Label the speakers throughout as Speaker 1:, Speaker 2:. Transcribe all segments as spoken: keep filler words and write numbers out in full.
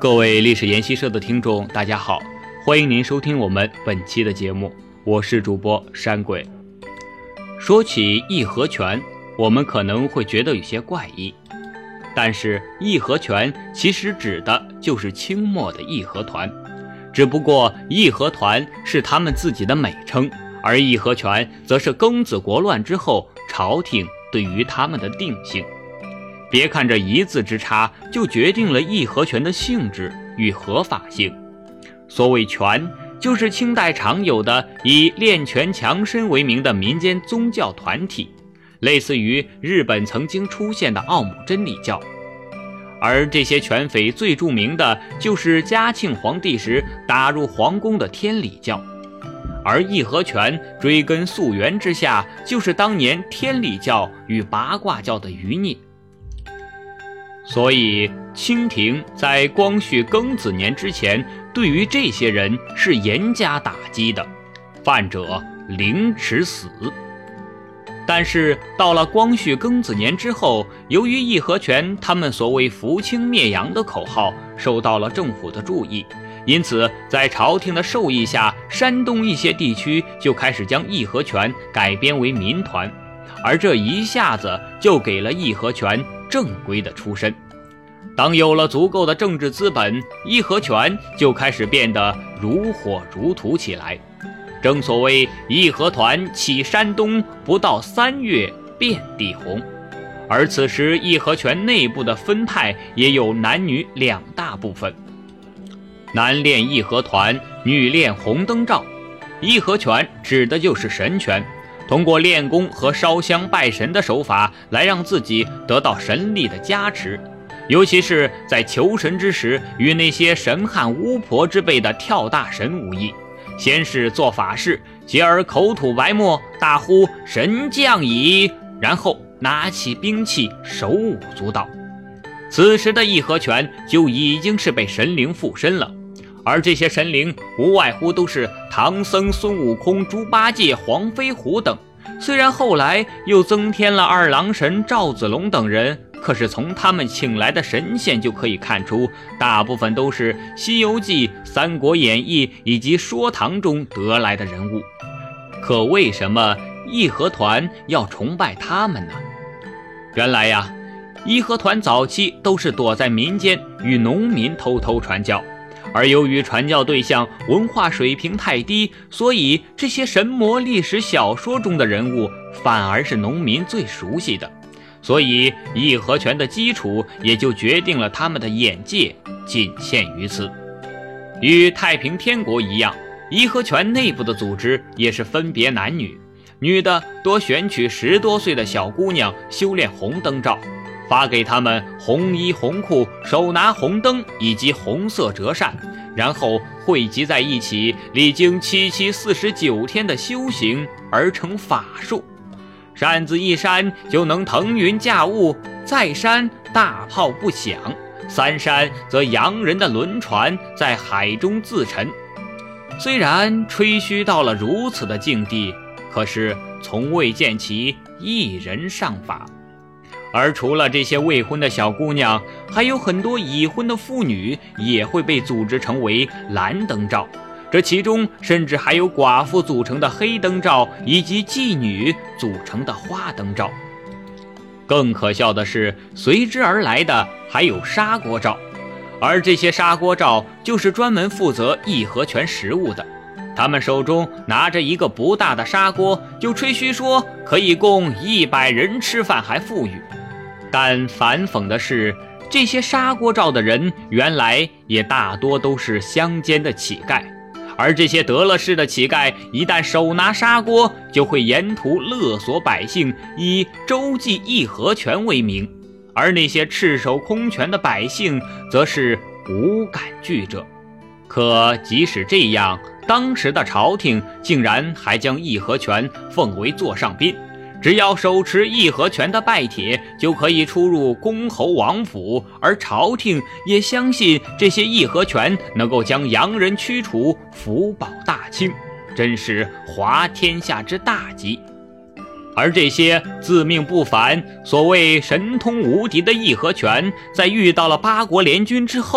Speaker 1: 各位历史研习社的听众大家好，欢迎您收听我们本期的节目，我是主播山鬼。说起义和拳，我们可能会觉得有些怪异，但是义和拳其实指的就是清末的义和团，只不过义和团是他们自己的美称，而义和拳则是庚子国乱之后朝廷对于他们的定性。别看这一字之差，就决定了义和拳的性质与合法性。所谓拳，就是清代常有的以练拳强身为名的民间宗教团体，类似于日本曾经出现的奥姆真理教。而这些拳匪最著名的就是嘉庆皇帝时打入皇宫的天理教，而义和拳追根溯源之下，就是当年天理教与八卦教的余孽。所以清廷在光绪庚子年之前，对于这些人是严加打击的，犯者凌迟死。但是到了光绪庚子年之后，由于义和拳他们所谓扶清灭洋的口号受到了政府的注意，因此在朝廷的授意下，山东一些地区就开始将义和拳改编为民团，而这一下子就给了义和拳正规的出身。当有了足够的政治资本，义和拳就开始变得如火如荼起来。正所谓义和团起山东，不到三月遍地红。而此时义和拳内部的分派也有男女两大部分，男练义和团，女练红灯照。义和拳指的就是神拳，通过练功和烧香拜神的手法来让自己得到神力的加持，尤其是在求神之时，与那些神汉巫婆之辈的跳大神无异。先是做法事，继而口吐白沫，大呼神降矣，然后拿起兵器手舞足蹈。此时的义和拳就已经是被神灵附身了，而这些神灵无外乎都是唐僧、孙悟空、猪八戒、黄飞虎等。虽然后来又增添了二郎神赵子龙等人，可是从他们请来的神仙就可以看出，大部分都是《西游记》《三国演义》以及说唐中得来的人物。可为什么义和团要崇拜他们呢？原来呀，义和团早期都是躲在民间与农民偷偷传教，而由于传教对象文化水平太低，所以这些神魔历史小说中的人物反而是农民最熟悉的，所以义和拳的基础也就决定了他们的眼界仅限于此。与太平天国一样，义和拳内部的组织也是分别男女，女的多选取十多岁的小姑娘修炼红灯照，发给他们红衣红裤，手拿红灯以及红色折扇，然后汇集在一起，历经七七四十九天的修行而成法术。扇子一扇就能腾云驾雾，再扇大炮不响，三扇则洋人的轮船在海中自沉。虽然吹嘘到了如此的境地，可是从未见其一人上法。而除了这些未婚的小姑娘，还有很多已婚的妇女也会被组织成为蓝灯照，这其中甚至还有寡妇组成的黑灯照，以及妓女组成的花灯照。更可笑的是，随之而来的还有砂锅照，而这些砂锅照就是专门负责义和拳食物的。他们手中拿着一个不大的砂锅，就吹嘘说可以供一百人吃饭还富裕。但反讽的是，这些砂锅照的人原来也大多都是乡间的乞丐，而这些得了势的乞丐一旦手拿砂锅，就会沿途勒索百姓，以周济义和拳为名，而那些赤手空拳的百姓则是无感惧者。可即使这样，当时的朝廷竟然还将义和拳奉为座上宾，只要手持义和拳的拜帖就可以出入公侯王府，而朝廷也相信这些义和拳能够将洋人驱除，福保大清，真是滑天下之大稽。而这些自命不凡、所谓神通无敌的义和拳，在遇到了八国联军之后，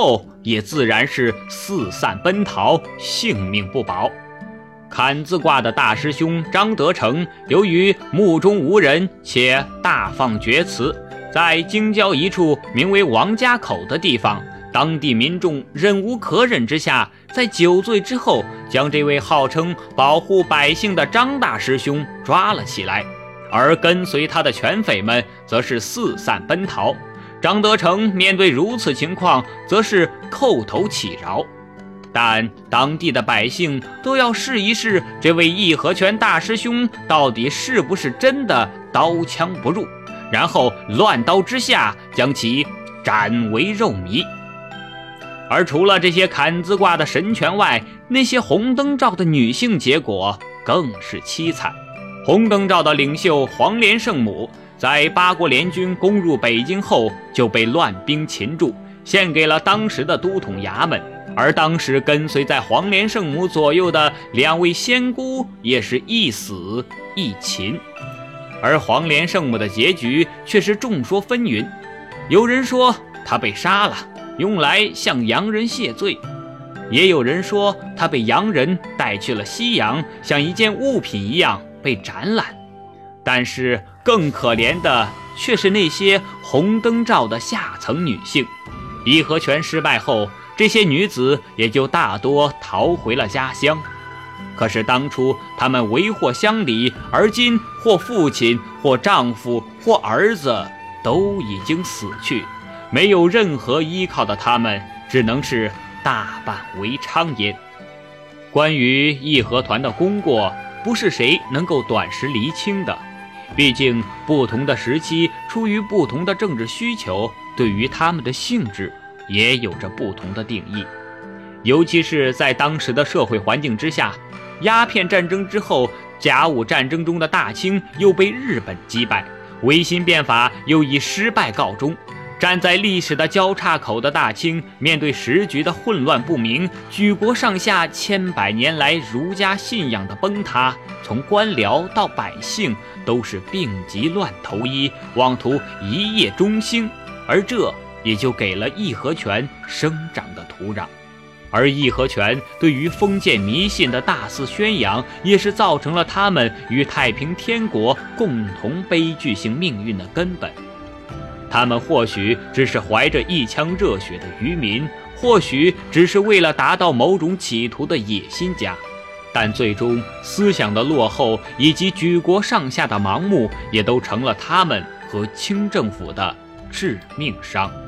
Speaker 1: 也自然是四散奔逃，性命不保。砍字卦的大师兄张德成，由于目中无人且大放厥词，在京郊一处名为王家口的地方，当地民众忍无可忍之下，在酒醉之后，将这位号称保护百姓的张大师兄抓了起来，而跟随他的拳匪们则是四散奔逃。张德成面对如此情况，则是叩头乞饶。但当地的百姓都要试一试这位义和拳大师兄到底是不是真的刀枪不入，然后乱刀之下将其斩为肉糜。而除了这些砍字卦的神拳外，那些红灯照的女性结果更是凄惨。红灯照的领袖黄连圣母，在八国联军攻入北京后就被乱兵擒住，献给了当时的都统衙门。而当时跟随在黄连圣母左右的两位仙姑也是一死一擒，而黄连圣母的结局却是众说纷纭。有人说她被杀了，用来向洋人谢罪；也有人说她被洋人带去了西洋，像一件物品一样被展览。但是更可怜的却是那些红灯照的下层女性。义和拳失败后，这些女子也就大多逃回了家乡。可是当初她们为祸乡里，而今或父亲或丈夫或儿子都已经死去，没有任何依靠的她们，只能是大半为娼焉。关于义和团的功过，不是谁能够短时厘清的，毕竟不同的时期，出于不同的政治需求，对于他们的性质也有着不同的定义。尤其是在当时的社会环境之下，鸦片战争之后，甲午战争中的大清又被日本击败，维新变法又以失败告终。站在历史的交叉口的大清，面对时局的混乱不明，举国上下千百年来儒家信仰的崩塌，从官僚到百姓都是病急乱投医，妄图一夜中兴，而这也就给了义和拳生长的土壤。而义和拳对于封建迷信的大肆宣扬，也是造成了他们与太平天国共同悲剧性命运的根本。他们或许只是怀着一腔热血的渔民，或许只是为了达到某种企图的野心家，但最终思想的落后以及举国上下的盲目，也都成了他们和清政府的致命伤。